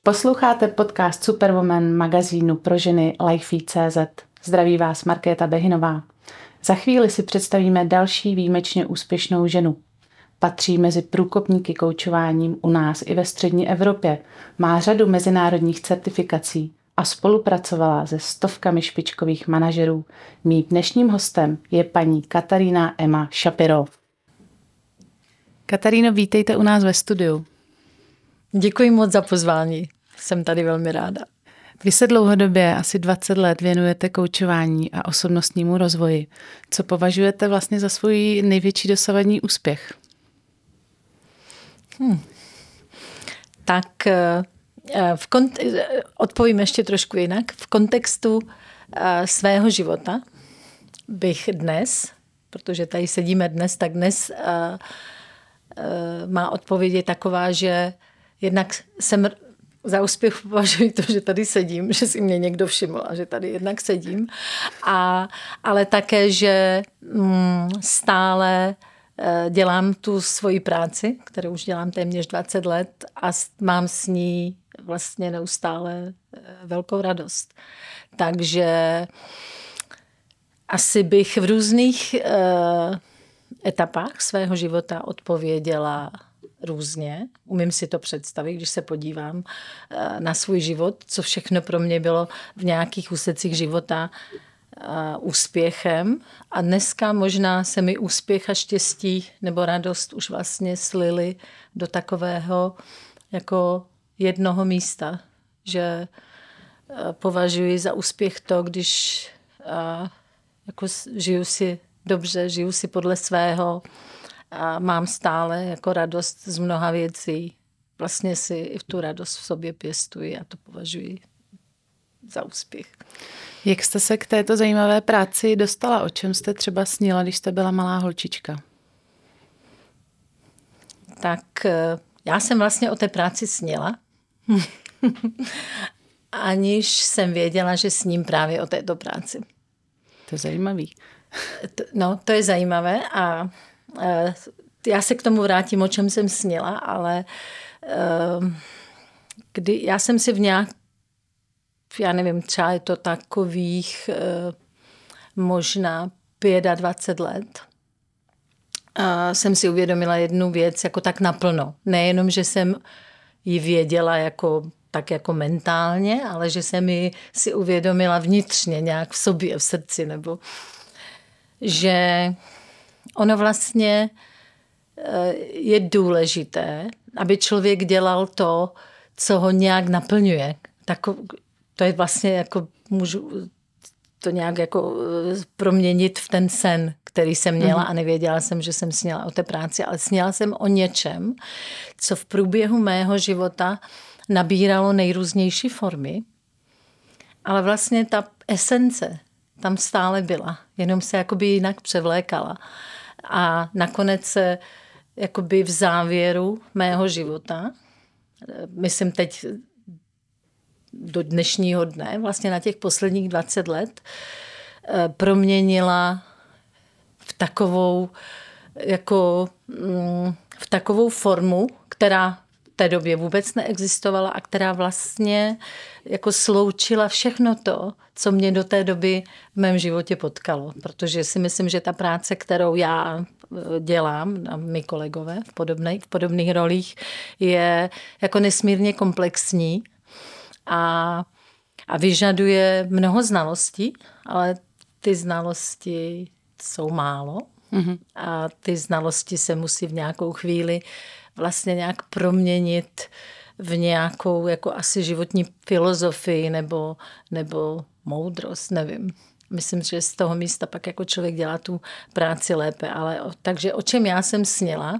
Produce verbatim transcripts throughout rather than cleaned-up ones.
Posloucháte podcast Superwoman magazínu pro ženy Lifefeed tečka cé zet. Zdraví vás Markéta Behinová. Za chvíli si představíme další výjimečně úspěšnou ženu. Patří mezi průkopníky koučováním u nás i ve střední Evropě. Má řadu mezinárodních certifikací a spolupracovala se stovkami špičkových manažerů. Mým dnešním hostem je paní Katarína Emma Shapiro. Kataríno, vítejte u nás ve studiu. Děkuji moc za pozvání. Jsem tady velmi ráda. Vy se dlouhodobě, asi dvacet let, věnujete koučování a osobnostnímu rozvoji. Co považujete vlastně za svůj největší dosavadní úspěch? Hmm. Tak v kont- odpovím ještě trošku jinak. V kontextu svého života bych dnes, protože tady sedíme dnes, tak dnes má odpověď je taková, že jednak jsem za úspěch považuji to, že tady sedím, že si mě někdo všiml a že tady jednak sedím, a, ale také, že mm, stále dělám tu svoji práci, kterou už dělám téměř dvacet let a mám s ní vlastně neustále velkou radost. Takže asi bych v různých uh, etapách svého života odpověděla různě. Umím si to představit, když se podívám uh, na svůj život, co všechno pro mě bylo v nějakých úsecích života uh, úspěchem. A dneska možná se mi úspěch a štěstí nebo radost už vlastně slily do takového jako jednoho místa, že uh, považuji za úspěch to, když uh, jako žiju si dobře, žiju si podle svého a mám stále jako radost z mnoha věcí. Vlastně si i v tu radost v sobě pěstuji a to považuji za úspěch. Jak jste se k této zajímavé práci dostala? O čem jste třeba snila, když jste byla malá holčička? Tak já jsem vlastně o té práci snila. Aniž jsem věděla, že sním právě o této práci. To je zajímavý. No, to je zajímavé a já se k tomu vrátím, o čem jsem snila, ale kdy já jsem si v nějak, já nevím, třeba je to takových možná dvacet pět let, jsem si uvědomila jednu věc jako tak naplno. Nejenom, že jsem ji věděla jako tak jako mentálně, ale že jsem ji si uvědomila vnitřně nějak v sobě, v srdci, nebo že ono vlastně je důležité, aby člověk dělal to, co ho nějak naplňuje. Tak, to je vlastně jako, můžu to nějak jako proměnit v ten sen, který jsem měla a nevěděla jsem, že jsem sněla o té práci, ale sněla jsem o něčem, co v průběhu mého života nabíralo nejrůznější formy, ale vlastně ta esence tam stále byla, jenom se jakoby jinak převlékala. A nakonec se jakoby v závěru mého života, myslím teď do dnešního dne, vlastně na těch posledních dvacet let, proměnila v takovou, jako, v takovou formu, která v té době vůbec neexistovala a která vlastně jako sloučila všechno to, co mě do té doby v mém životě potkalo. Protože si myslím, že ta práce, kterou já dělám, a my kolegové v podobných, v podobných rolích, je jako nesmírně komplexní a, a vyžaduje mnoho znalostí, ale ty znalosti jsou málo. Mm-hmm. A ty znalosti se musí v nějakou chvíli vlastně nějak proměnit v nějakou jako asi životní filozofii nebo, nebo moudrost, nevím. Myslím, že z toho místa pak jako člověk dělá tu práci lépe. Ale takže o čem já jsem snila,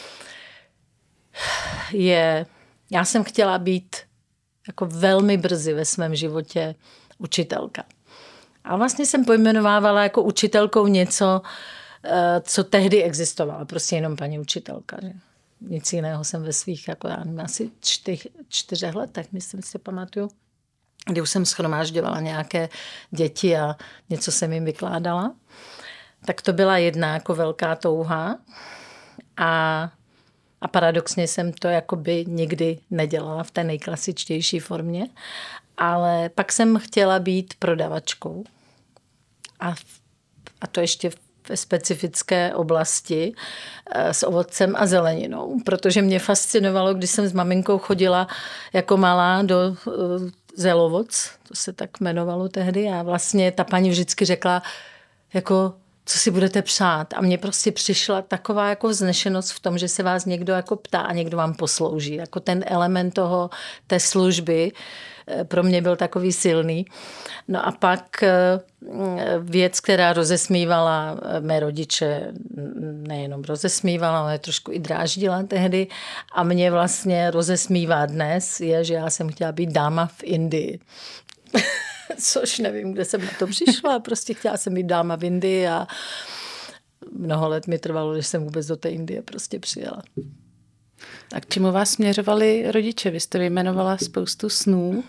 je, já jsem chtěla být jako velmi brzy ve svém životě učitelka. A vlastně jsem pojmenovávala jako učitelkou něco, co tehdy existovalo. Prostě jenom paní učitelka, že? Nic jiného jsem ve svých, jako já nevím, asi čtyř, čtyřech letech, myslím si, pamatuju, kdy už jsem shromážďovala nějaké děti a něco jsem jim vykládala. Tak to byla jedna jako velká touha. A, A paradoxně jsem to jakoby nikdy nedělala v té nejklasičtější formě. Ale pak jsem chtěla být prodavačkou. A, a to ještě ve specifické oblasti s ovocem a zeleninou. Protože mě fascinovalo, když jsem s maminkou chodila jako malá do Zelovoc, to se tak jmenovalo tehdy. A vlastně ta paní vždycky řekla, jako co si budete přát. A mně prostě přišla taková jako vznešenost v tom, že se vás někdo jako ptá a někdo vám poslouží. Jako ten element toho, té služby pro mě byl takový silný. No a pak věc, která rozesmívala mé rodiče, nejenom rozesmívala, ale trošku i dráždila tehdy a mě vlastně rozesmívá dnes, je, že já jsem chtěla být dáma v Indii. Což nevím, kde jsem na to přišla. Prostě chtěla jsem být dáma v Indii a mnoho let mi trvalo, že jsem vůbec do té Indie prostě přijela. A k čemu vás směřovali rodiče? Vy jste vyjmenovala spoustu snů,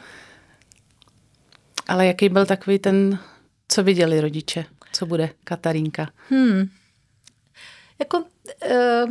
ale jaký byl takový ten, co viděli rodiče? Co bude Katarínka? Hmm. Jako e,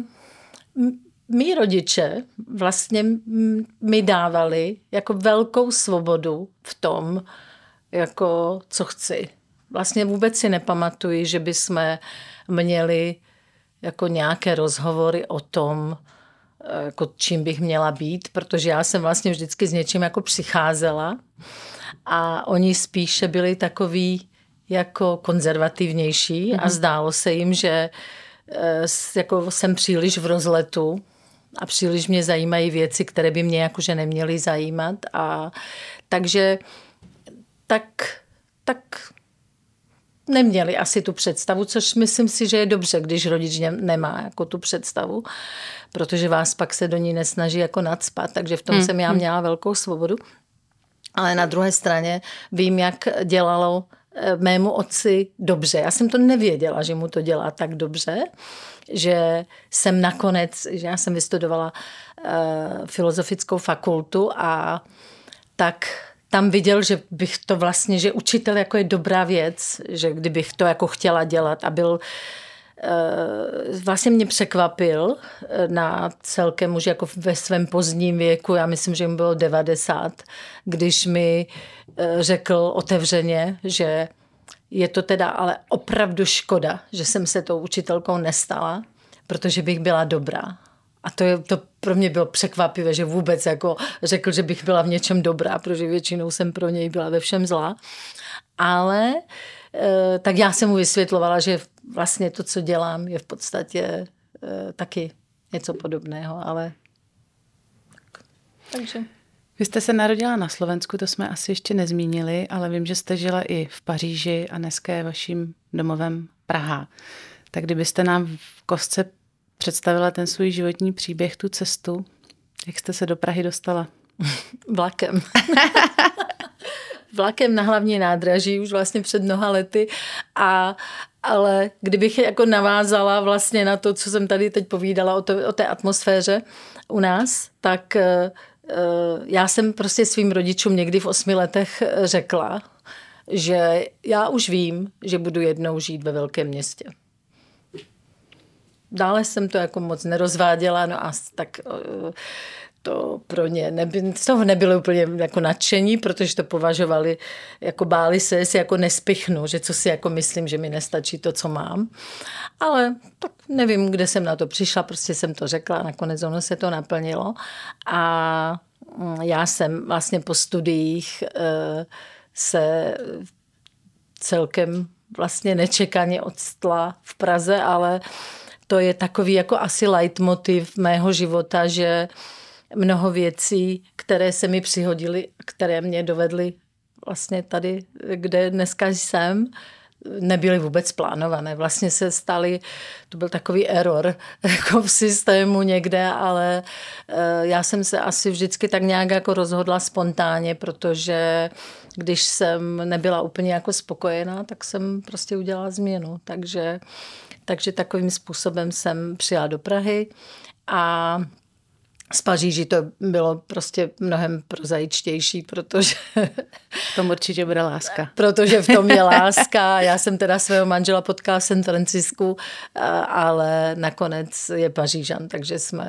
mí rodiče vlastně mi dávali jako velkou svobodu v tom, jako co chci. Vlastně vůbec si nepamatuji, že bychom měli jako nějaké rozhovory o tom, jako čím bych měla být, protože já jsem vlastně vždycky s něčím jako přicházela a oni spíše byli takový jako konzervativnější mm-hmm. a zdálo se jim, že jako jsem příliš v rozletu a příliš mě zajímají věci, které by mě jakože neměly zajímat. A takže tak, tak neměli asi tu představu, což myslím si, že je dobře, když rodič nemá jako tu představu, protože vás pak se do ní nesnaží jako nacpat, takže v tom hmm. jsem já měla velkou svobodu. Ale na druhé straně vím, jak dělalo mému otci dobře. Já jsem to nevěděla, že mu to dělá tak dobře, že jsem nakonec, že já jsem vystudovala uh, filozofickou fakultu a tak tam viděl, že bych to vlastně, že učitel jako je dobrá věc, že kdybych to jako chtěla dělat a byl, vlastně mě překvapil na celkem už jako ve svém pozdním věku, já myslím, že mi bylo devadesát, když mi řekl otevřeně, že je to teda ale opravdu škoda, že jsem se tou učitelkou nestala, protože bych byla dobrá. A to, je, to pro mě bylo překvapivé, že vůbec jako řekl, že bych byla v něčem dobrá, protože většinou jsem pro něj byla ve všem zlá. Ale e, tak já jsem mu vysvětlovala, že vlastně to, co dělám, je v podstatě e, taky něco podobného, ale tak. Takže. Vy jste se narodila na Slovensku, to jsme asi ještě nezmínili, ale vím, že jste žila i v Paříži a dneska je vaším domovem Praha. Tak kdybyste nám v kostce představila ten svůj životní příběh, tu cestu, jak jste se do Prahy dostala? Vlakem. Vlakem na hlavní nádraží už vlastně před mnoha lety, a, ale kdybych jako navázala vlastně na to, co jsem tady teď povídala o, to, o té atmosféře u nás, tak já jsem prostě svým rodičům někdy v osmi letech řekla, že já už vím, že budu jednou žít ve velkém městě. Dále jsem to jako moc nerozváděla, no a tak to pro ně neby, z toho nebylo úplně jako nadšení, protože to považovali, jako báli se, jestli jako nespichnu, že co si jako myslím, že mi nestačí to, co mám. Ale tak nevím, kde jsem na to přišla, prostě jsem to řekla a nakonec ono se to naplnilo. A já jsem vlastně po studiích se celkem vlastně nečekaně odstla v Praze, ale to je takový jako asi leitmotiv mého života, že mnoho věcí, které se mi přihodily, které mě dovedly vlastně tady, kde dneska jsem, nebyly vůbec plánované. Vlastně se staly, to byl takový error jako v systému někde, ale já jsem se asi vždycky tak nějak jako rozhodla spontánně, protože když jsem nebyla úplně jako spokojená, tak jsem prostě udělala změnu. Takže, takže takovým způsobem jsem přijela do Prahy a z Paříži to bylo prostě mnohem prozaičtější, protože v tom určitě bude láska. Protože v tom je láska. Já jsem teda svého manžela potkala v San Francisku, ale nakonec je Pařížan, takže jsme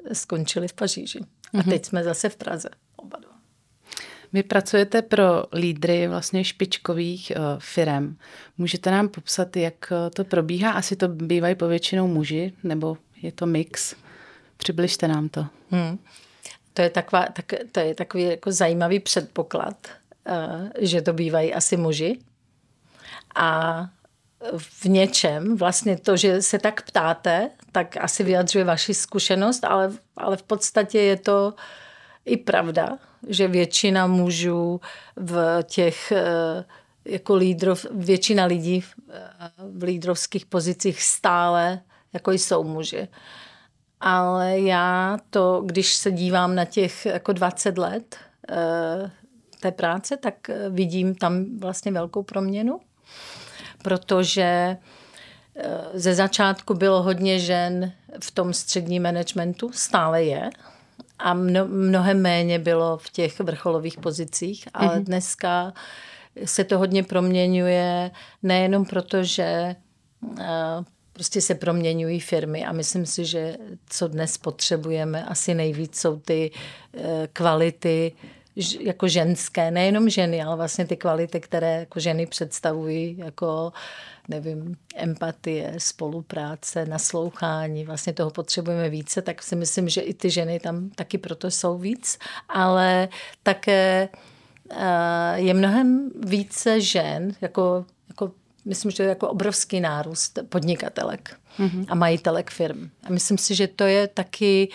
skončili v Paříži. A teď jsme zase v Praze. Oba dva. Vy pracujete pro lídry vlastně špičkových uh, firem. Můžete nám popsat, jak to probíhá? Asi to bývají povětšinou muži, nebo je to mix? Přibližte nám to. Hmm. To je, taková, tak, to je takový jako zajímavý předpoklad, uh, že to bývají asi muži. A v něčem, vlastně to, že se tak ptáte, tak asi vyjadřuje vaši zkušenost, ale, ale v podstatě je to i pravda, že většina mužů v těch jako lídrov, většina lidí v lídrovských pozicích stále jako jsou muži. Ale já to, když se dívám na těch jako dvacet let té práce, tak vidím tam vlastně velkou proměnu. Protože ze začátku bylo hodně žen v tom středním managementu, stále je, a mno, mnohem méně bylo v těch vrcholových pozicích, ale mm-hmm. dneska se to hodně proměňuje, nejenom proto, že prostě se proměňují firmy a myslím si, že co dnes potřebujeme, asi nejvíc jsou ty kvality jako ženské, nejenom ženy, ale vlastně ty kvality, které jako ženy představují, jako nevím, empatie, spolupráce, naslouchání, vlastně toho potřebujeme více, tak si myslím, že i ty ženy tam taky proto jsou víc, ale také je mnohem více žen, jako, jako myslím, že to je jako obrovský nárůst podnikatelek mm-hmm. a majitelek firm. A myslím si, že to je taky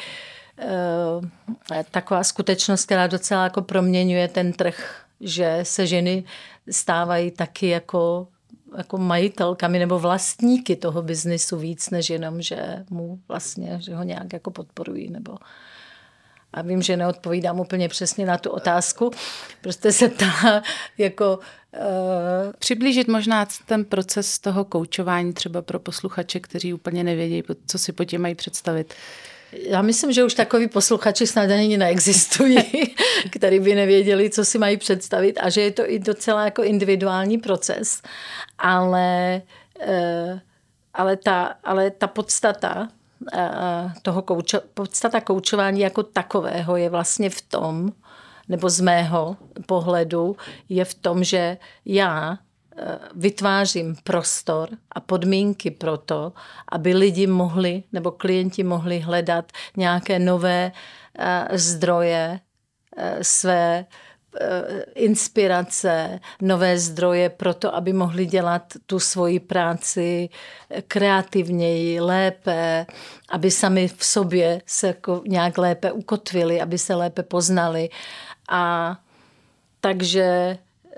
taková skutečnost, která docela jako proměňuje ten trh, že se ženy stávají taky jako, jako majitelkami nebo vlastníky toho biznisu víc, než jenom, že mu vlastně, že ho nějak jako podporují. Nebo... A vím, že neodpovídám úplně přesně na tu otázku. Prostě se ptá jako... Uh... Přiblížit možná ten proces toho koučování třeba pro posluchače, kteří úplně nevědí, co si po tím mají představit. Já myslím, že už takový posluchači snad ani neexistují, který by nevěděli, co si mají představit a že je to i docela jako individuální proces, ale, ale, ta, ale ta podstata toho koučo, podstata koučování jako takového je vlastně v tom, nebo z mého pohledu, je v tom, že já vytvářím prostor a podmínky pro to, aby lidi mohli nebo klienti mohli hledat nějaké nové zdroje své inspirace, nové zdroje pro to, aby mohli dělat tu svoji práci kreativněji, lépe, aby sami v sobě se jako nějak lépe ukotvili, aby se lépe poznali. A takže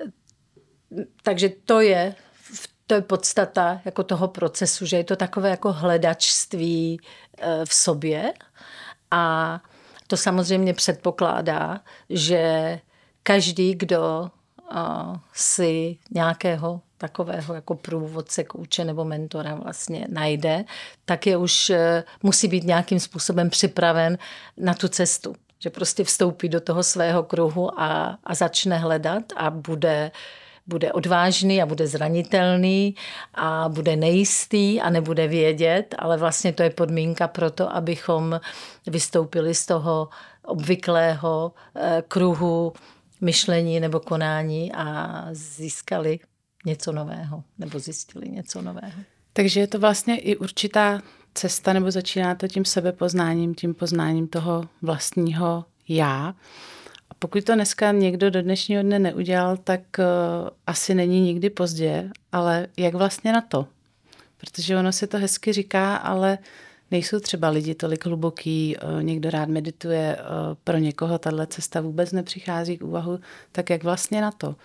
Takže to je, to je podstata jako toho procesu, že je to takové jako hledačství v sobě a to samozřejmě předpokládá, že každý, kdo si nějakého takového jako průvodce, kouče nebo mentora vlastně najde, tak je už musí být nějakým způsobem připraven na tu cestu. Že prostě vstoupí do toho svého kruhu a, a začne hledat a bude bude odvážný a bude zranitelný a bude nejistý a nebude vědět, ale vlastně to je podmínka pro to, abychom vystoupili z toho obvyklého kruhu myšlení nebo konání a získali něco nového nebo zjistili něco nového. Takže je to vlastně i určitá cesta, nebo začíná to tím sebepoznáním, tím poznáním toho vlastního já. A pokud to dneska někdo do dnešního dne neudělal, tak uh, asi není nikdy pozdě, ale jak vlastně na to? Protože ono si to hezky říká, ale nejsou třeba lidi tolik hluboký, uh, někdo rád medituje, uh, pro někoho tahle cesta vůbec nepřichází k úvahu, tak jak vlastně na to?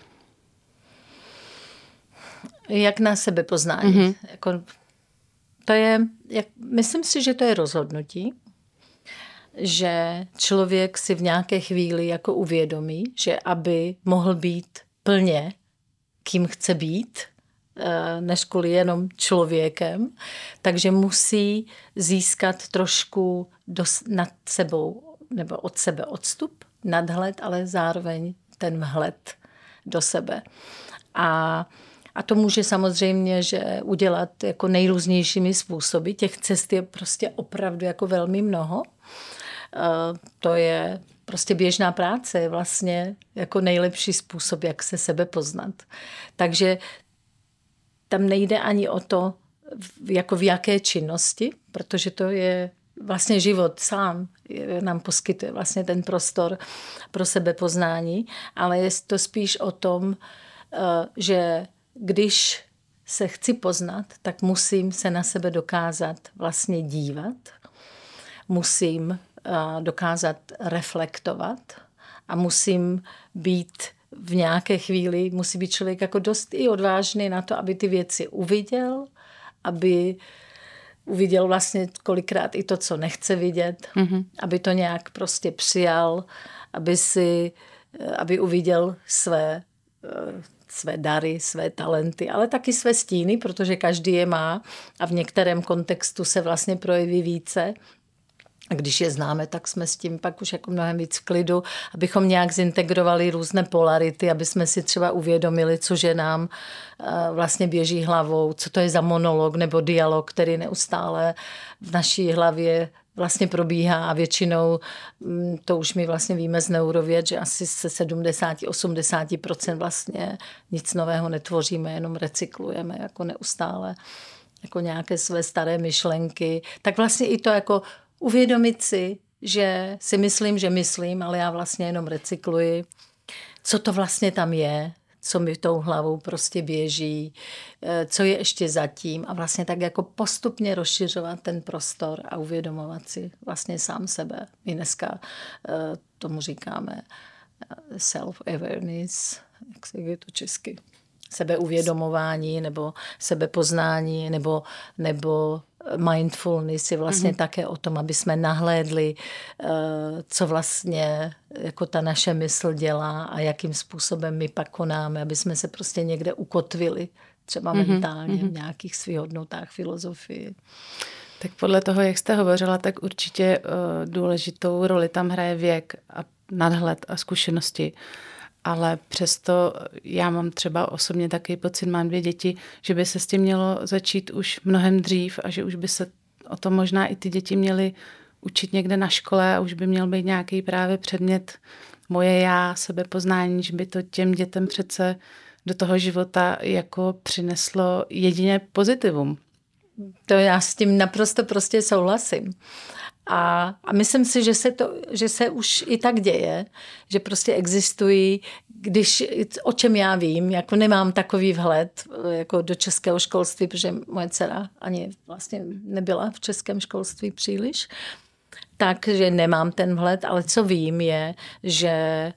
Jak na sebepoznání. Mm-hmm. Jako, to je, jak, myslím si, že to je rozhodnutí, že člověk si v nějaké chvíli jako uvědomí, že aby mohl být plně, kým chce být, než kvůli jenom člověkem, takže musí získat trošku dos, nad sebou nebo od sebe odstup, nadhled, ale zároveň ten vhled do sebe. A A to může samozřejmě, že udělat jako nejrůznějšími způsoby. Těch cest je prostě opravdu jako velmi mnoho. to je prostě běžná práce, vlastně jako nejlepší způsob, jak se sebe poznat. Takže tam nejde ani o to, jako v jaké činnosti, protože to je vlastně život sám nám poskytuje vlastně ten prostor pro sebepoznání, ale je to spíš o tom, že když se chci poznat, tak musím se na sebe dokázat vlastně dívat, musím dokázat reflektovat a musím být v nějaké chvíli, musí být člověk jako dost i odvážný na to, aby ty věci uviděl, aby uviděl vlastně kolikrát i to, co nechce vidět, mm-hmm. aby to nějak prostě přijal, aby si, aby uviděl své, své dary, své talenty, ale taky své stíny, protože každý je má a v některém kontextu se vlastně projeví více. A když je známe, tak jsme s tím pak už jako mnohem víc v klidu, abychom nějak zintegrovali různé polarity, aby jsme si třeba uvědomili, co že nám vlastně běží hlavou, co to je za monolog nebo dialog, který neustále v naší hlavě vlastně probíhá a většinou, to už my vlastně víme z neurověd, že asi se sedmdesát až osmdesát procent vlastně nic nového netvoříme, jenom recyklujeme jako neustále jako nějaké své staré myšlenky. Tak vlastně i to jako uvědomit si, že si myslím, že myslím, ale já vlastně jenom recykluji. Co to vlastně tam je, co mi tou hlavou prostě běží, co je ještě zatím a vlastně tak jako postupně rozšiřovat ten prostor a uvědomovat si vlastně sám sebe. My dneska tomu říkáme self-awareness, jak se je to česky, sebeuvědomování nebo sebepoznání nebo, nebo mindfulness je vlastně mm-hmm. také o tom, aby jsme nahlédli, co vlastně jako ta naše mysl dělá a jakým způsobem my pak konáme, aby jsme se prostě někde ukotvili, třeba mm-hmm. mentálně mm-hmm. v nějakých svých hodnotách filozofii. Tak podle toho, jak jste hovořila, tak určitě důležitou roli tam hraje věk a nadhled a zkušenosti. Ale přesto já mám třeba osobně taky pocit, mám dvě děti, že by se s tím mělo začít už mnohem dřív a že už by se o tom možná i ty děti měly učit někde na škole a už by měl být nějaký právě předmět moje já, sebepoznání, že by to těm dětem přece do toho života jako přineslo jedině pozitivum. To já s tím naprosto prostě souhlasím. A, a myslím si, že se, to, že se už i tak děje, že prostě existují, když, o čem já vím, jako nemám takový vhled jako do českého školství, protože moje dcera ani vlastně nebyla v českém školství příliš, takže nemám ten vhled, ale co vím je, že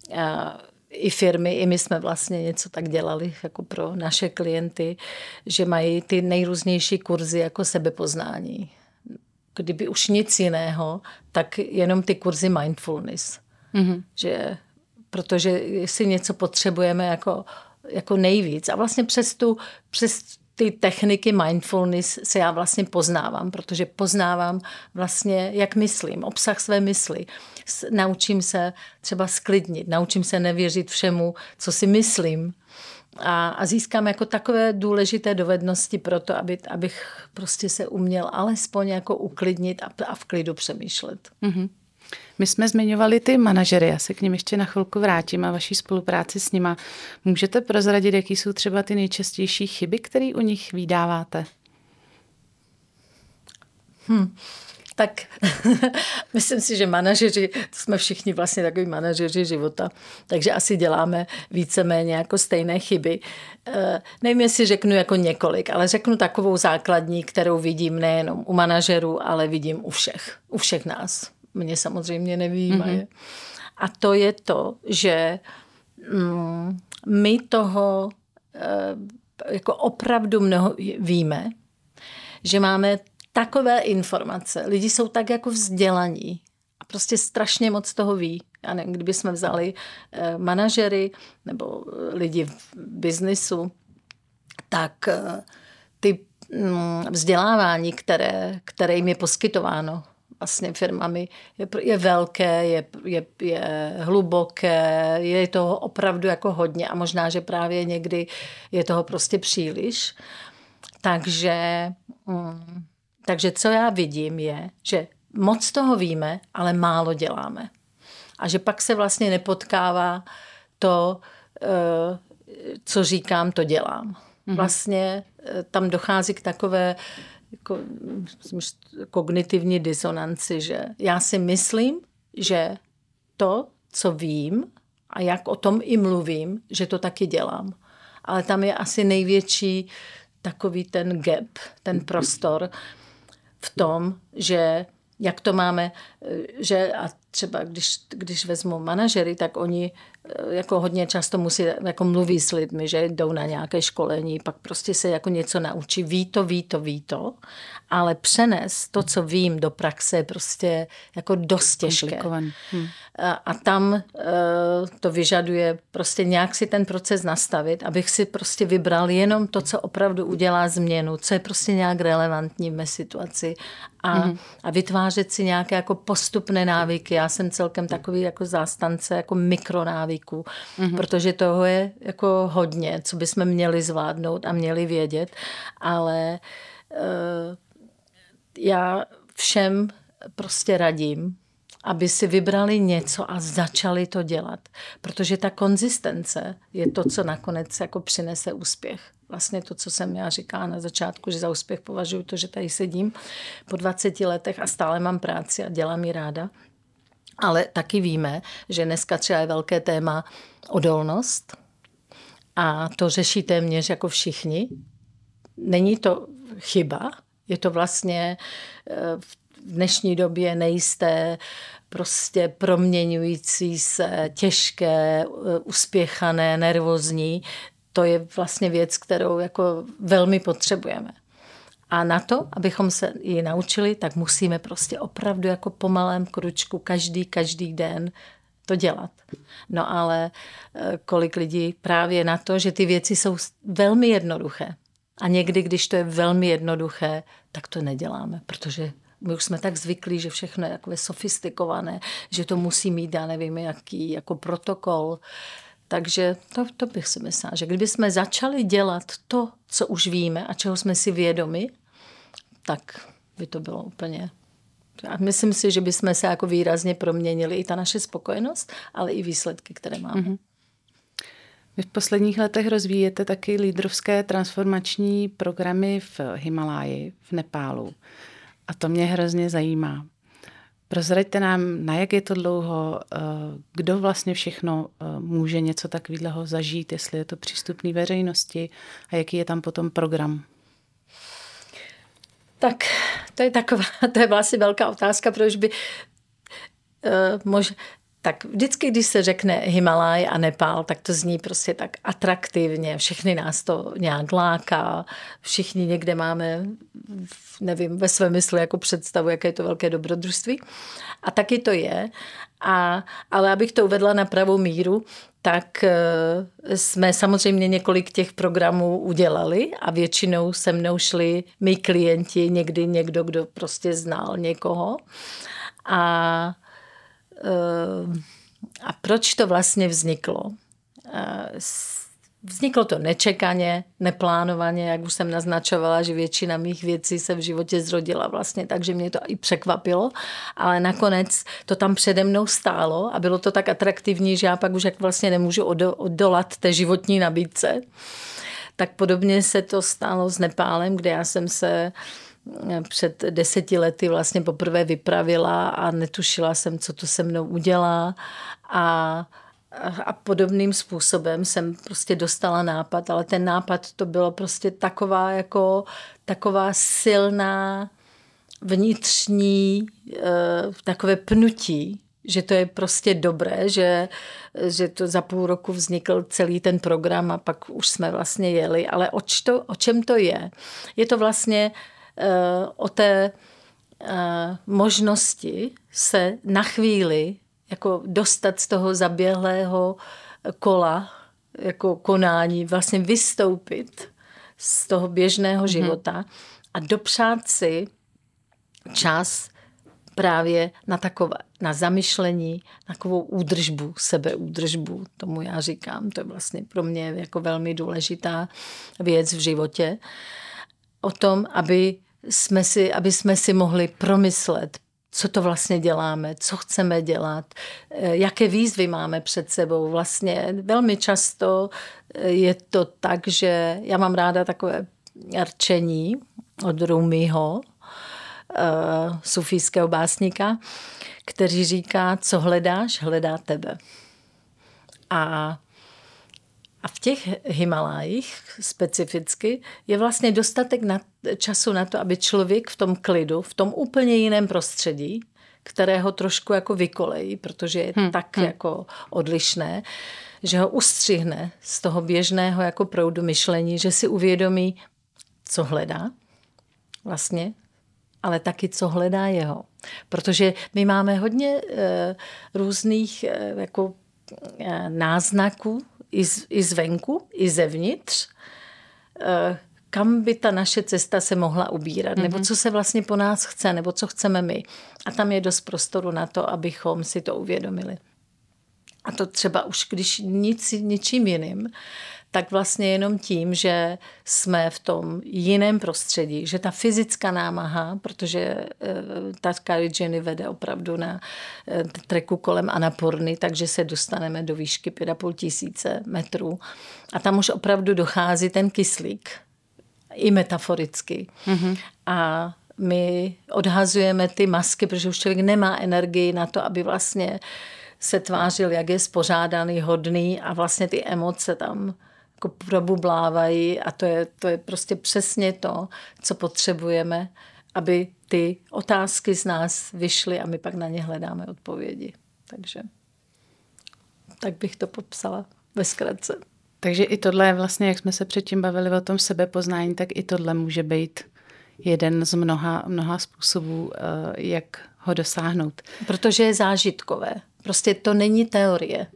i firmy, i my jsme vlastně něco tak dělali jako pro naše klienty, že mají ty nejrůznější kurzy jako sebepoznání. Kdyby už nic jiného, tak jenom ty kurzy mindfulness. Mm-hmm. Že, protože jestli něco potřebujeme jako, jako nejvíc. A vlastně přes, tu, přes ty techniky mindfulness se já vlastně poznávám, protože poznávám vlastně, jak myslím, obsah své mysli. Naučím se třeba sklidnit, naučím se nevěřit všemu, co si myslím. A, a získám jako takové důležité dovednosti pro to, aby, abych prostě se uměl alespoň jako uklidnit a, a v klidu přemýšlet. Mm-hmm. My jsme zmiňovali ty manažery, já se k nim ještě na chvilku vrátím a vaší spolupráci s nima. Můžete prozradit, jaký jsou třeba ty nejčastější chyby, které u nich vydáváte? Hm. Tak myslím si, že manažeři, to jsme všichni vlastně takový manažeři života, takže asi děláme víceméně jako stejné chyby. Nevím, jestli řeknu jako několik, ale řeknu takovou základní, kterou vidím nejenom u manažerů, ale vidím u všech, u všech nás. Mě samozřejmě nevyjímaje. Mm-hmm. A to je to, že mm, my toho jako opravdu mnoho víme, že máme takové informace. Lidi jsou tak jako vzdělaní a prostě strašně moc toho ví. Já nevím, kdyby jsme vzali eh, manažery nebo lidi v biznisu, tak eh, ty mm, vzdělávání, které, které jim je poskytováno vlastně firmami, je, je velké, je, je, je hluboké, je toho opravdu jako hodně a možná, že právě někdy je toho prostě příliš. Takže... Mm, Takže co já vidím je, že moc toho víme, ale málo děláme. A že pak se vlastně nepotkává to, co říkám, to dělám. Vlastně tam dochází k takové jako, kognitivní disonanci, že já si myslím, že to, co vím a jak o tom i mluvím, že to taky dělám. Ale tam je asi největší takový ten gap, ten prostor v tom, že jak to máme, že a třeba když, když vezmu manažery, tak oni jako hodně často musí, jako mluví s lidmi, že jdou na nějaké školení, pak prostě se jako něco naučí, ví to, ví to, ví to, ale přenes to, co vím do praxe, je prostě jako dost těžké. Hmm. A, a tam to vyžaduje prostě nějak si ten proces nastavit, abych si prostě vybral jenom to, co opravdu udělá změnu, co je prostě nějak relevantní v mé situaci a, hmm. a vytvářet si nějaké jako postupné návyky. Já jsem celkem takový jako zástance, jako mikronávyků, mm-hmm. protože toho je jako hodně, co bychom měli zvládnout a měli vědět, ale uh, já všem prostě radím, aby si vybrali něco a začali to dělat, protože ta konzistence je to, co nakonec jako přinese úspěch. Vlastně to, co jsem já říkala na začátku, že za úspěch považuji to, že tady sedím po dvaceti letech a stále mám práci a dělám ji ráda. Ale taky víme, že dneska třeba je velké téma odolnost a to řeší téměř jako všichni. Není to chyba, je to vlastně v dnešní době nejisté, prostě proměňující se, těžké, uspěchané, nervózní. To je vlastně věc, kterou jako velmi potřebujeme. A na to, abychom se ji naučili, tak musíme prostě opravdu jako po malém kručku každý, každý den to dělat. No ale kolik lidí právě na to, že ty věci jsou velmi jednoduché. A někdy, když to je velmi jednoduché, tak to neděláme, protože my už jsme tak zvyklí, že všechno je takové sofistikované, že to musí mít, já nevím, jaký jako protokol. Takže to, to bych si myslela, že kdybychom začali dělat to, co už víme a čeho jsme si vědomi, tak by to bylo úplně... A myslím si, že bychom se jako výrazně proměnili i ta naše spokojenost, ale i výsledky, které máme. Mm-hmm. Vy v posledních letech rozvíjete taky lídrovské transformační programy v Himaláji, v Nepálu. A to mě hrozně zajímá. Prozraďte nám, na jak je to dlouho, kdo vlastně všechno může něco takového zažít, jestli je to přístupný veřejnosti a jaký je tam potom program? Tak to je taková, to je vlastně velká otázka, proč by uh, mož, tak vždycky, když se řekne Himalaj a Nepál, tak to zní prostě tak atraktivně, všechny nás to nějak láká, všichni někde máme, nevím, ve své mysli jako představu, jaké je to velké dobrodružství. A taky to je. A, ale abych to uvedla na pravou míru, tak jsme samozřejmě několik těch programů udělali a většinou se mnou šli mý klienti, někdy někdo, kdo prostě znal někoho. A, a proč to vlastně vzniklo? Vzniklo to nečekaně, neplánovaně, jak už jsem naznačovala, že většina mých věcí se v životě zrodila vlastně, takže mě to i překvapilo, ale nakonec to tam přede mnou stálo a bylo to tak atraktivní, že já pak už jak vlastně nemůžu odolat té životní nabídce. Tak podobně se to stalo s Nepálem, kde já jsem se před deseti lety vlastně poprvé vypravila a netušila jsem, co to se mnou udělá a A podobným způsobem jsem prostě dostala nápad, ale ten nápad to bylo prostě taková jako taková silná vnitřní takové pnutí, že to je prostě dobré, že, že to za půl roku vznikl celý ten program a pak už jsme vlastně jeli. Ale oč to, o čem to je? Je to vlastně o té možnosti se na chvíli jako dostat z toho zaběhlého kola, jako konání, vlastně vystoupit z toho běžného života a dopřát si čas právě na takové, na zamyšlení, na takovou údržbu, sebeúdržbu, tomu já říkám, to je vlastně pro mě jako velmi důležitá věc v životě, o tom, aby jsme si, aby jsme si mohli promyslet, co to vlastně děláme, co chceme dělat, jaké výzvy máme před sebou. Vlastně velmi často je to tak, že já mám ráda takové rčení od Rumiho, sufijského básníka, který říká, co hledáš, hledá tebe. A A v těch Himalájích specificky je vlastně dostatek na, času na to, aby člověk v tom klidu, v tom úplně jiném prostředí, kterého trošku jako vykolejí, protože je hmm. tak hmm. jako odlišné, že ho ustřihne z toho běžného jako proudu myšlení, že si uvědomí, co hledá vlastně, ale taky, co hledá jeho. Protože my máme hodně e, různých e, jako e, náznaků, I, z, i zvenku, i zevnitř, kam by ta naše cesta se mohla ubírat, mm-hmm. nebo co se vlastně po nás chce, nebo co chceme my. A tam je dost prostoru na to, abychom si to uvědomili. A to třeba už když nic, ničím jiným, tak vlastně jenom tím, že jsme v tom jiném prostředí, že ta fyzická námaha, protože ta Karijini vede opravdu na treku kolem Annapurny, takže se dostaneme do výšky pět a půl tisíce metrů. A tam už opravdu dochází ten kyslík, i metaforicky. Mm-hmm. A my odhazujeme ty masky, protože už člověk nemá energii na to, aby vlastně se tvářil, jak je spořádaný, hodný a vlastně ty emoce tam jako probublávají a to je, to je prostě přesně to, co potřebujeme, aby ty otázky z nás vyšly a my pak na ně hledáme odpovědi. Takže tak bych to popsala ve zkratce. Takže i tohle je vlastně, jak jsme se předtím bavili o tom sebepoznání, tak i tohle může být jeden z mnoha, mnoha způsobů, jak ho dosáhnout. Protože je zážitkové. Prostě to není teorie.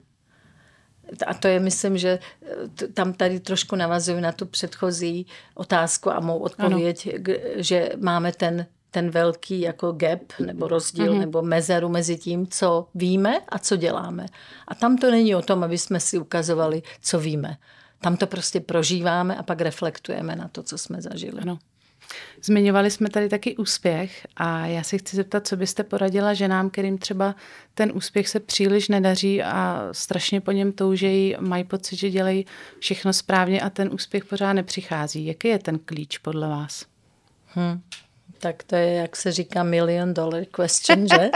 A to je, myslím, že tam tady trošku navazuju na tu předchozí otázku a mou odpověď, ano. že máme ten, ten velký jako gap nebo rozdíl mm-hmm. nebo mezeru mezi tím, co víme a co děláme. A tam to není o tom, aby jsme si ukazovali, co víme. Tam to prostě prožíváme a pak reflektujeme na to, co jsme zažili. Ano. Zmiňovali jsme tady taky úspěch a já si chci zeptat, co byste poradila ženám, kterým třeba ten úspěch se příliš nedaří a strašně po něm toužejí, mají pocit, že dělají všechno správně a ten úspěch pořád nepřichází. Jaký je ten klíč podle vás? Hmm. Tak to je, jak se říká, million dollar question, že?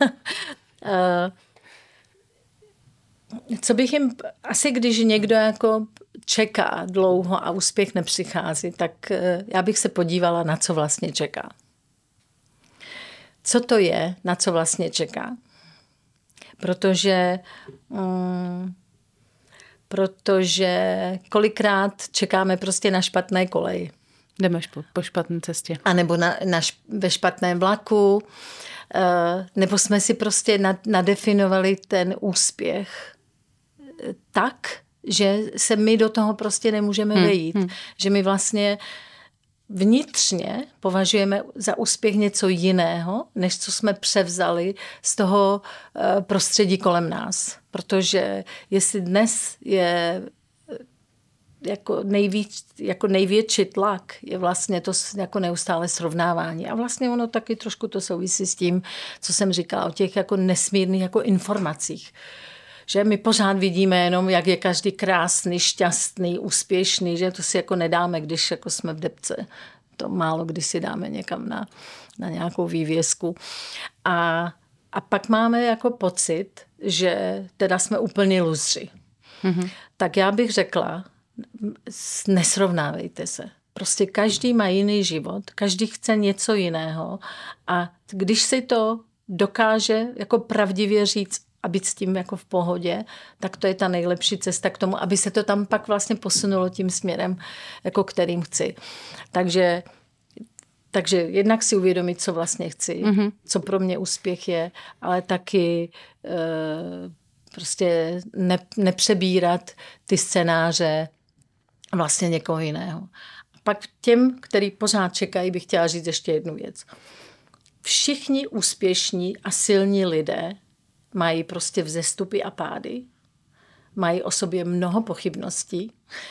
uh, co bych jim, asi když někdo jako čeká dlouho a úspěch nepřichází, tak já bych se podívala, na co vlastně čeká. Co to je, na co vlastně čeká? Protože, um, protože kolikrát čekáme prostě na špatné koleji. Jdeme po, po špatné cestě. A nebo na, na, ve špatném vlaku, uh, nebo jsme si prostě nad, nadefinovali ten úspěch tak, že se my do toho prostě nemůžeme hmm. vejít. Hmm. Že my vlastně vnitřně považujeme za úspěch něco jiného, než co jsme převzali z toho prostředí kolem nás. Protože jestli dnes je jako, nejvíc, jako největší tlak, je vlastně to jako neustále srovnávání. A vlastně ono taky trošku to souvisí s tím, co jsem říkala o těch jako nesmírných jako informacích. Že my pořád vidíme jenom, jak je každý krásný, šťastný, úspěšný, že to si jako nedáme, když jako jsme v depce. To málo kdy si dáme někam na, na nějakou vývězku. A, a pak máme jako pocit, že teda jsme úplně luzři. Mm-hmm. Tak já bych řekla, nesrovnávejte se. Prostě každý má jiný život, každý chce něco jiného a když si to dokáže jako pravdivě říct a být s tím jako v pohodě, tak to je ta nejlepší cesta k tomu, aby se to tam pak vlastně posunulo tím směrem, jako kterým chci. Takže, takže jednak si uvědomit, co vlastně chci, mm-hmm. co pro mě úspěch je, ale taky e, prostě ne, nepřebírat ty scénáře vlastně někoho jiného. A pak těm, který pořád čekají, bych chtěla říct ještě jednu věc. Všichni úspěšní a silní lidé mají prostě vzestupy a pády, mají o sobě mnoho pochybností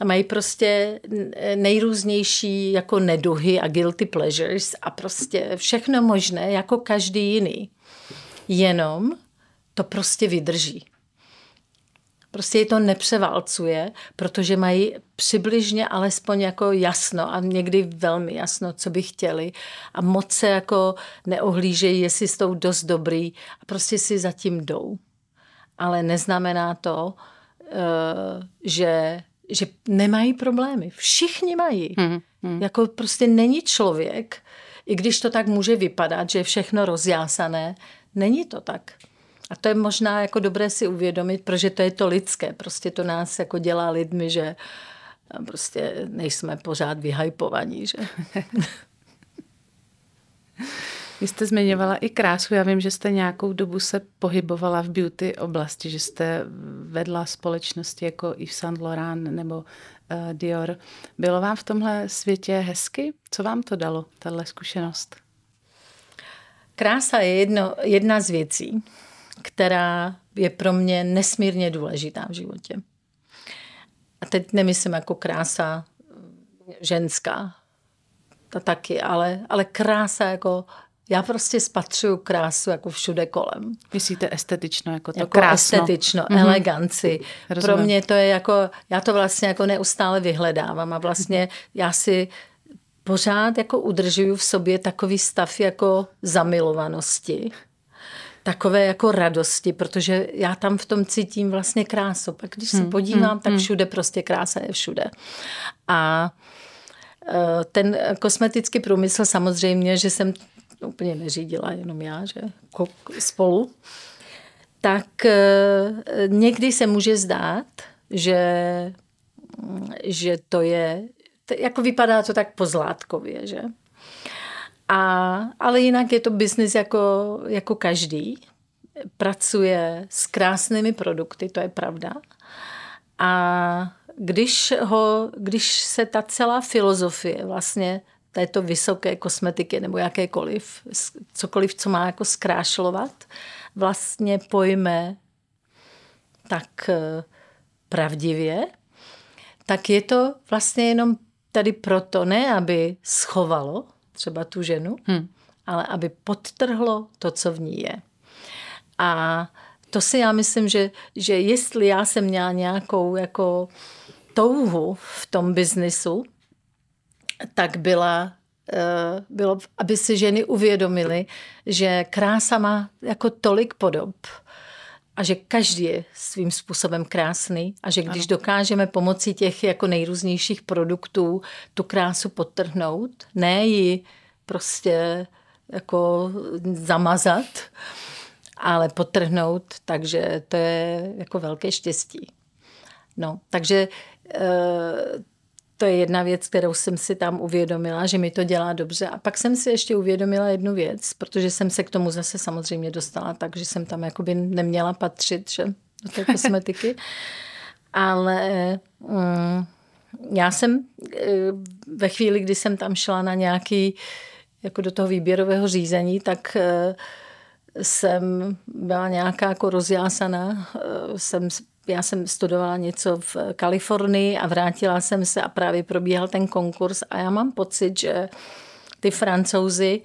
a mají prostě nejrůznější jako neduhy a guilty pleasures a prostě všechno možné jako každý jiný. Jenom to prostě vydrží. Prostě je to nepřeválcuje, protože mají přibližně alespoň jako jasno a někdy velmi jasno, co by chtěli a moc se jako neohlížejí, jestli jsou dost dobrý a prostě si zatím jdou. Ale neznamená to, že, že nemají problémy. Všichni mají. Hmm, hmm. Jako prostě není člověk, i když to tak může vypadat, že je všechno rozjásané, není to tak. A to je možná jako dobré si uvědomit, protože to je to lidské. Prostě to nás jako dělá lidmi, že prostě nejsme pořád vyhypovaní, že? Vy jste zmiňovala i krásu. Já vím, že jste nějakou dobu se pohybovala v beauty oblasti, že jste vedla společnosti jako Yves Saint Laurent nebo uh, Dior. Bylo vám v tomhle světě hezky? Co vám to dalo, tahle zkušenost? Krása je jedno, jedna z věcí, která je pro mě nesmírně důležitá v životě. A teď nemyslím jako krása ženská, to taky, ale, ale krása jako, já prostě spatřuju krásu jako všude kolem. Myslíte estetično, jako to jako krásno? Estetično, mm-hmm. eleganci. Rozumím. Pro mě to je jako, já to vlastně jako neustále vyhledávám a vlastně já si pořád jako udržuju v sobě takový stav jako zamilovanosti. Takové jako radosti, protože já tam v tom cítím vlastně krásu. Pak když se podívám, hmm, tak všude prostě krása je všude. A ten kosmetický průmysl samozřejmě, že jsem úplně neřídila, jenom já, že spolu, tak někdy se může zdát, že, že to je, jako vypadá to tak pozlátkově, že? A, ale jinak je to biznis jako, jako každý. Pracuje s krásnými produkty, to je pravda. A když, ho, když se ta celá filozofie vlastně této vysoké kosmetiky nebo jakékoliv, cokoliv, co má jako zkrášlovat, vlastně pojme tak pravdivě, tak je to vlastně jenom tady proto, ne aby schovalo třeba tu ženu, hmm. ale aby podtrhlo to, co v ní je. A to si já myslím, že, že jestli já jsem měla nějakou jako touhu v tom biznisu, tak byla, bylo, aby si ženy uvědomily, že krása má jako tolik podob a že každý je svým způsobem krásný a že když ano. dokážeme pomocí těch jako nejrůznějších produktů tu krásu podtrhnout, ne ji prostě jako zamazat, ale podtrhnout, takže to je jako velké štěstí. No, takže to je jedna věc, kterou jsem si tam uvědomila, že mi to dělá dobře. A pak jsem si ještě uvědomila jednu věc, protože jsem se k tomu zase samozřejmě dostala, takže jsem tam jakoby neměla patřit, že, do té kosmetiky. Ale mm, já jsem ve chvíli, kdy jsem tam šla na nějaký, jako do toho výběrového řízení, tak jsem byla nějaká jako rozjásaná. Jsem, já jsem studovala něco v Kalifornii a vrátila jsem se a právě probíhal ten konkurs a já mám pocit, že ty Francouzi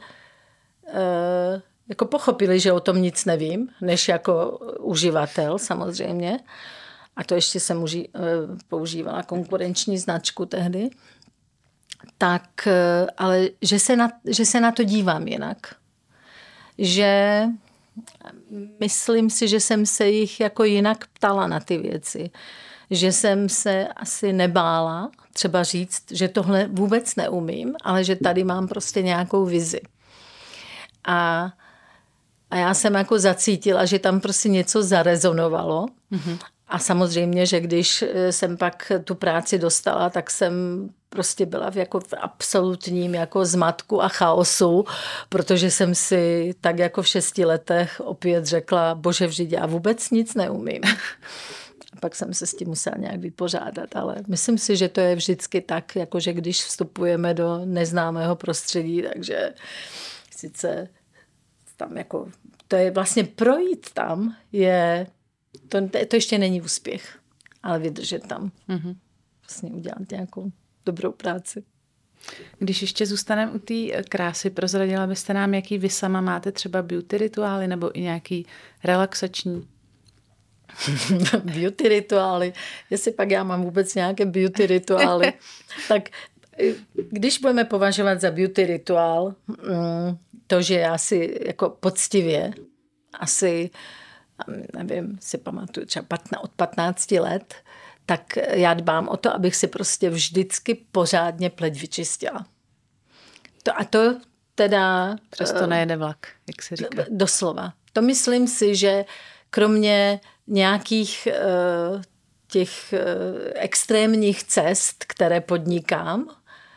jako pochopili, že o tom nic nevím, než jako uživatel samozřejmě. A to ještě jsem uží, používala konkurenční značku tehdy. Tak, ale že se na, že se na to dívám jinak. Že myslím si, že jsem se jich jako jinak ptala na ty věci. Že jsem se asi nebála třeba říct, že tohle vůbec neumím, ale že tady mám prostě nějakou vizi. A, a já jsem jako zacítila, že tam prostě něco zarezonovalo. Mm-hmm. A samozřejmě, že když jsem pak tu práci dostala, tak jsem prostě byla v, jako v absolutním jako zmatku a chaosu, protože jsem si tak jako v šesti letech opět řekla, bože vždyť já vůbec nic neumím. A pak jsem se s tím musela nějak vypořádat, ale myslím si, že to je vždycky tak, jako že když vstupujeme do neznámého prostředí, takže sice tam jako, to je vlastně projít tam je... To, to ještě není úspěch, ale vydržet tam. Mm-hmm. vlastně udělat nějakou dobrou práci. Když ještě zůstaneme u té krásy, prozradila byste nám, jaký vy sama máte třeba beauty rituály nebo i nějaký relaxační? Beauty rituály. Jestli pak já mám vůbec nějaké beauty rituály, tak když budeme považovat za beauty rituál to, že já si jako poctivě asi, nevím, si pamatuju třeba od patnácti let, tak já dbám o to, abych si prostě vždycky pořádně pleť vyčistila. To, a to teda... Přesto nejede vlak, jak se říká. Doslova. To myslím si, že kromě nějakých těch extrémních cest, které podnikám,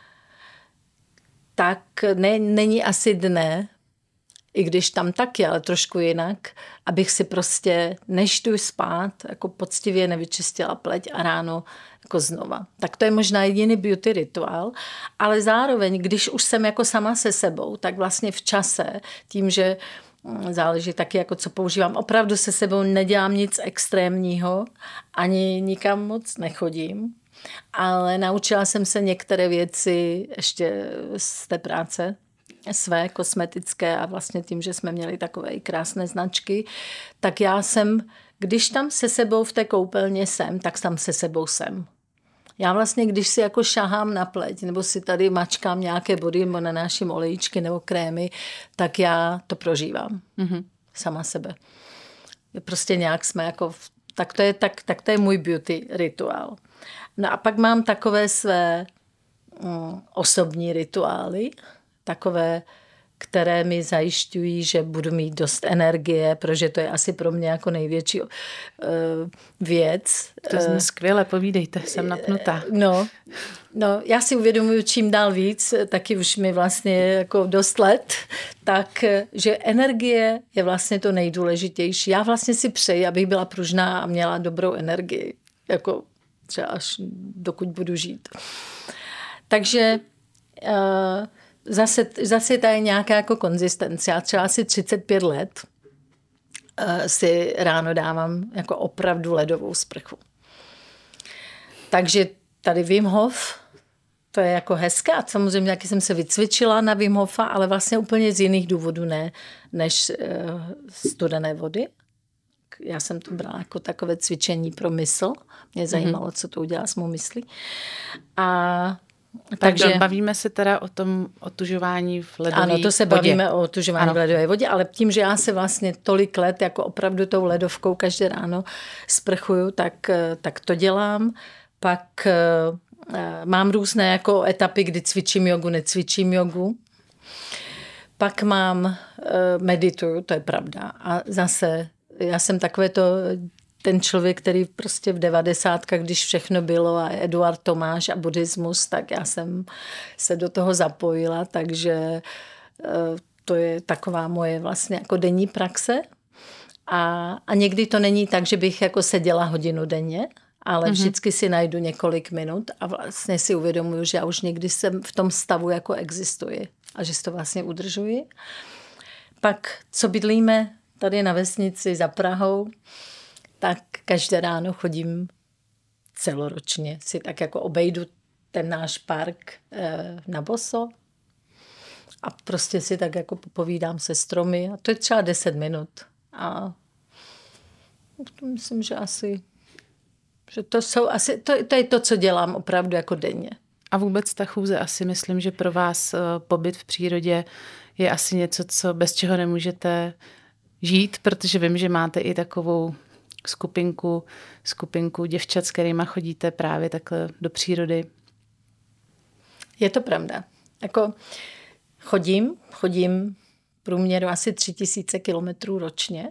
tak ne, není asi dne, i když tam taky, ale trošku jinak, abych si prostě, než jdu spát, jako poctivě nevyčistila pleť a ráno jako znova. Tak to je možná jediný beauty rituál, ale zároveň, když už jsem jako sama se sebou, tak vlastně v čase, tím, že záleží taky, jako co používám, opravdu se sebou nedělám nic extrémního, ani nikam moc nechodím, ale naučila jsem se některé věci ještě z té práce, své kosmetické a vlastně tím, že jsme měli takové krásné značky, tak já jsem, když tam se sebou v té koupelně jsem, tak tam se sebou jsem. Já vlastně, když si jako šahám na pleť, nebo si tady mačkám nějaké body, nebo nanáším olejčky nebo krémy, tak já to prožívám. Mm-hmm. Sama sebe. Prostě nějak jsme jako, tak to je, tak, tak to je můj beauty rituál. No a pak mám takové své mm, osobní rituály, takové, které mi zajišťují, že budu mít dost energie, protože to je asi pro mě jako největší uh, věc. To zní skvěle, povídejte, jsem napnutá. No, no, já si uvědomuji čím dál víc, taky už mi vlastně jako dost let, tak, že energie je vlastně to nejdůležitější. Já vlastně si přeji, abych byla pružná a měla dobrou energii, jako třeba až dokud budu žít. Takže uh, Zase, zase tady nějaká jako konzistence. Já třeba asi třicet pět let uh, si ráno dávám jako opravdu ledovou sprchu. Takže tady Wim Hof, to je jako hezké. A samozřejmě taky jsem se vycvičila na Wim Hofa, ale vlastně úplně z jiných důvodů ne, než uh, studené vody. Já jsem to brala jako takové cvičení pro mysl. Mě zajímalo, mm-hmm. co to udělá s mou myslí. A Takže bavíme se teda o tom otužování v ledové vodě. Ano, to se vodě. bavíme o otužování ano. v ledové vodě, ale tím, že já se vlastně tolik let jako opravdu tou ledovkou každé ráno sprchuju, tak, tak to dělám. Pak uh, mám různé jako etapy, kdy cvičím jogu, necvičím jogu. Pak mám, uh, medituju, to je pravda. A zase já jsem takové to... ten člověk, který prostě v devadesátkách, když všechno bylo a Eduard Tomáš a buddhismus, tak já jsem se do toho zapojila, takže to je taková moje vlastně jako denní praxe. A, a někdy to není tak, že bych jako seděla hodinu denně, ale mm-hmm. vždycky si najdu několik minut a vlastně si uvědomuju, že já už někdy jsem v tom stavu jako existuji a že si to vlastně udržuji. Pak, co bydlíme tady na vesnici za Prahou, tak každé ráno chodím celoročně. Si tak jako obejdu ten náš park eh, na boso a prostě si tak jako popovídám se stromy. A to je třeba deset minut. A to myslím, že asi, že to jsou asi, to, to je to, co dělám opravdu jako denně. A vůbec ta chůze asi myslím, že pro vás pobyt v přírodě je asi něco, co bez čeho nemůžete žít, protože vím, že máte i takovou skupinku, skupinku děvčat, s kterýma chodíte právě takhle do přírody. Je to pravda. Jako chodím, chodím průměru asi tři tisíce kilometrů ročně.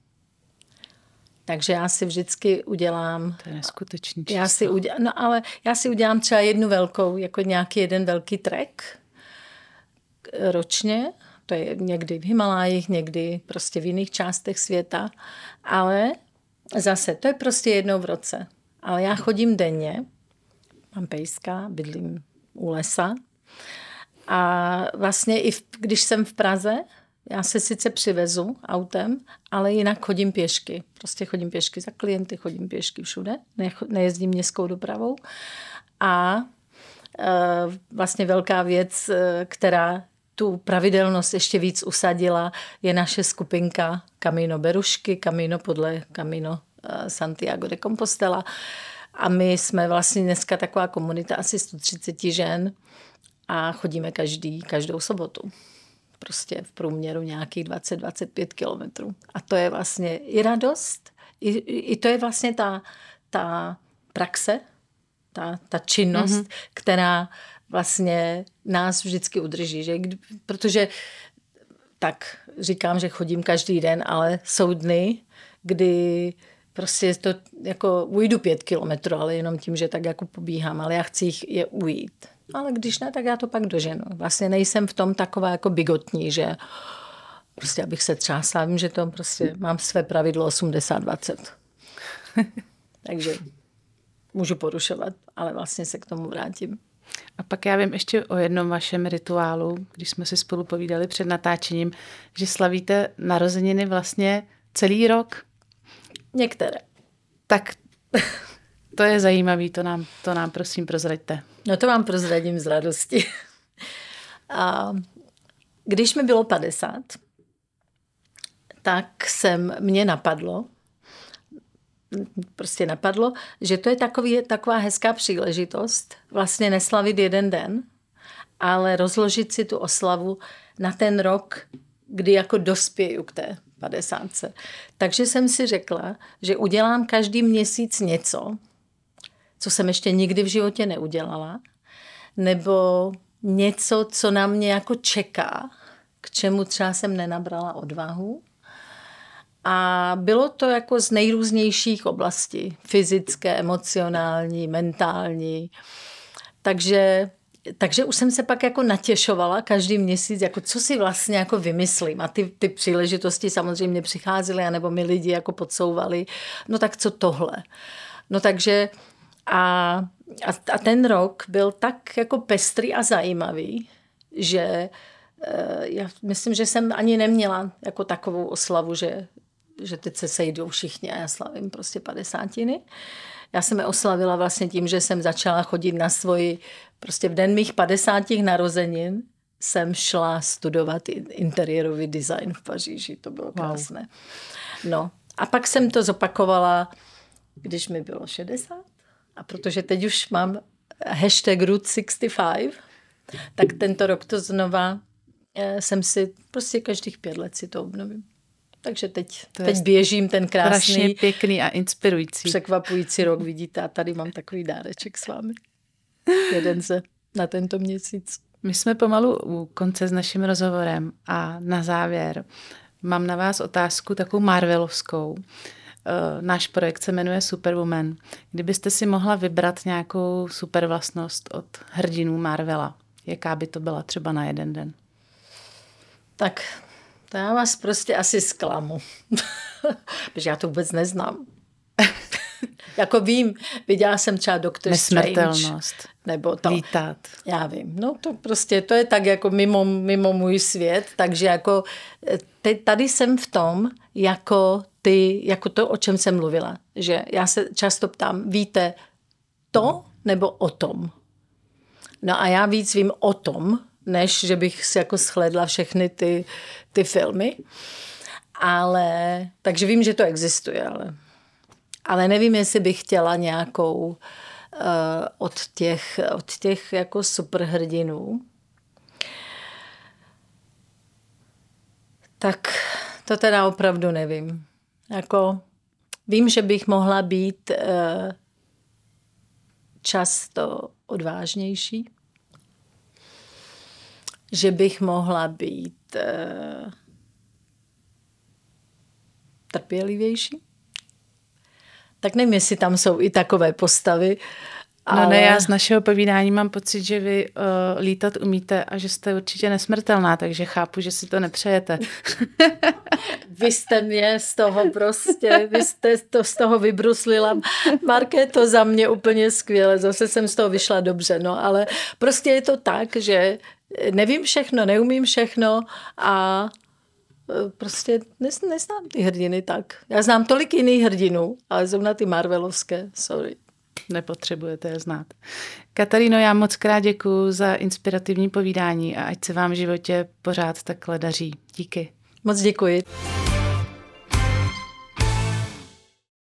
Takže já si vždycky udělám... To je neskutečný číslo. Já si udělám, no ale já si udělám třeba jednu velkou, jako nějaký jeden velký trek ročně. To je někdy v Himalájích, někdy prostě v jiných částech světa. Ale zase, to je prostě jednou v roce. Ale já chodím denně, mám pejska, bydlím u lesa. A vlastně i v, když jsem v Praze, já se sice přivezu autem, ale jinak chodím pěšky. Prostě chodím pěšky za klienty, chodím pěšky všude, ne, nejezdím městskou dopravou. A vlastně velká věc, která tu pravidelnost ještě víc usadila, je naše skupinka Camino Berušky, Camino podle Camino Santiago de Compostela. A my jsme vlastně dneska taková komunita asi sto třicet žen a chodíme každý, každou sobotu. Prostě v průměru nějakých dvacet až dvacet pět kilometrů. A to je vlastně i radost, i, i to je vlastně ta, ta praxe, ta, ta činnost, mm-hmm. která vlastně nás vždycky udrží. Že? Protože tak říkám, že chodím každý den, ale jsou dny, kdy prostě to jako ujdu pět kilometrů, ale jenom tím, že tak jako pobíhám, ale já chci jich je ujít. Ale když ne, tak já to pak doženu. Vlastně nejsem v tom taková jako bigotní, že prostě abych se třásla. Vím, že to prostě mám své pravidlo osmdesát dvacet. Takže můžu porušovat, ale vlastně se k tomu vrátím. A pak já vím ještě o jednom vašem rituálu, když jsme si spolu povídali před natáčením, že slavíte narozeniny vlastně celý rok. Některé. Tak to je zajímavý, to nám, to nám prosím prozraďte. No to vám prozradím z radosti. A když mi bylo padesát, tak jsem, mě napadlo, prostě napadlo, že to je takový, taková hezká příležitost vlastně neslavit jeden den, ale rozložit si tu oslavu na ten rok, kdy jako dospěju k té padesátce. Takže jsem si řekla, že udělám každý měsíc něco, co jsem ještě nikdy v životě neudělala, nebo něco, co na mě jako čeká, k čemu třeba jsem nenabrala odvahu. A bylo to jako z nejrůznějších oblastí. Fyzické, emocionální, mentální. Takže, takže už jsem se pak jako natěšovala každý měsíc, jako co si vlastně jako vymyslím. A ty, ty příležitosti samozřejmě přicházely, anebo mi lidi jako podsouvali. No tak co tohle? No takže a, a, a ten rok byl tak jako pestrý a zajímavý, že já myslím, že jsem ani neměla jako takovou oslavu, že že teď se sejdou všichni a já slavím prostě padesátiny. Já jsem je oslavila vlastně tím, že jsem začala chodit na svoji, prostě v den mých padesátých narozenin jsem šla studovat interiérový design v Paříži. To bylo krásné. Wow. No a pak jsem to zopakovala, když mi bylo šedesát. A protože teď už mám hashtag Route šedesát pět, tak tento rok to znova jsem si prostě každých pět let si to obnovím. Takže teď, teď běžím ten krásný, pěkný a inspirující. Překvapující rok, vidíte, a tady mám takový dáreček s vámi. Jeden se na tento měsíc. My jsme pomalu u konce s naším rozhovorem a na závěr mám na vás otázku takovou marvelovskou. Náš projekt se jmenuje Superwoman. Kdybyste si mohla vybrat nějakou supervlastnost od hrdinů Marvela, jaká by to byla třeba na jeden den? Tak to já vás prostě asi zklamu. Protože já to vůbec neznám. Jako vím, viděla jsem třeba Doctor Strange. Nesmrtelnost. Nebo to. Lítat. Já vím. No to prostě, to je tak jako mimo, mimo můj svět. Takže jako te, tady jsem v tom, jako ty, jako to, o čem jsem mluvila. Že já se často ptám, víte to nebo o tom? No a já víc vím o tom, než že bych si jako shledla všechny ty, ty filmy. Ale, takže vím, že to existuje, ale, ale nevím, jestli bych chtěla nějakou uh, od těch, od těch jako superhrdinů. Tak to teda opravdu nevím. Jako, vím, že bych mohla být uh, často odvážnější. Že bych mohla být uh, trpělivější. Tak nevím, jestli tam jsou i takové postavy. Ale... No ne, já z našeho povídání mám pocit, že vy uh, lítat umíte a že jste určitě nesmrtelná, takže chápu, že si to nepřejete. Vy jste mě z toho prostě, vy jste to z toho vybruslila. Markéto, za mě úplně skvěle, zase jsem z toho vyšla dobře, no, ale prostě je to tak, že nevím všechno, neumím všechno a prostě neznám ty hrdiny tak. Já znám tolik jiných hrdinů, ale zrovna ty marvelovské, sorry. Nepotřebujete je znát. Kataríno, já moc krát děkuju za inspirativní povídání a ať se vám v životě pořád takhle daří. Díky. Moc děkuji.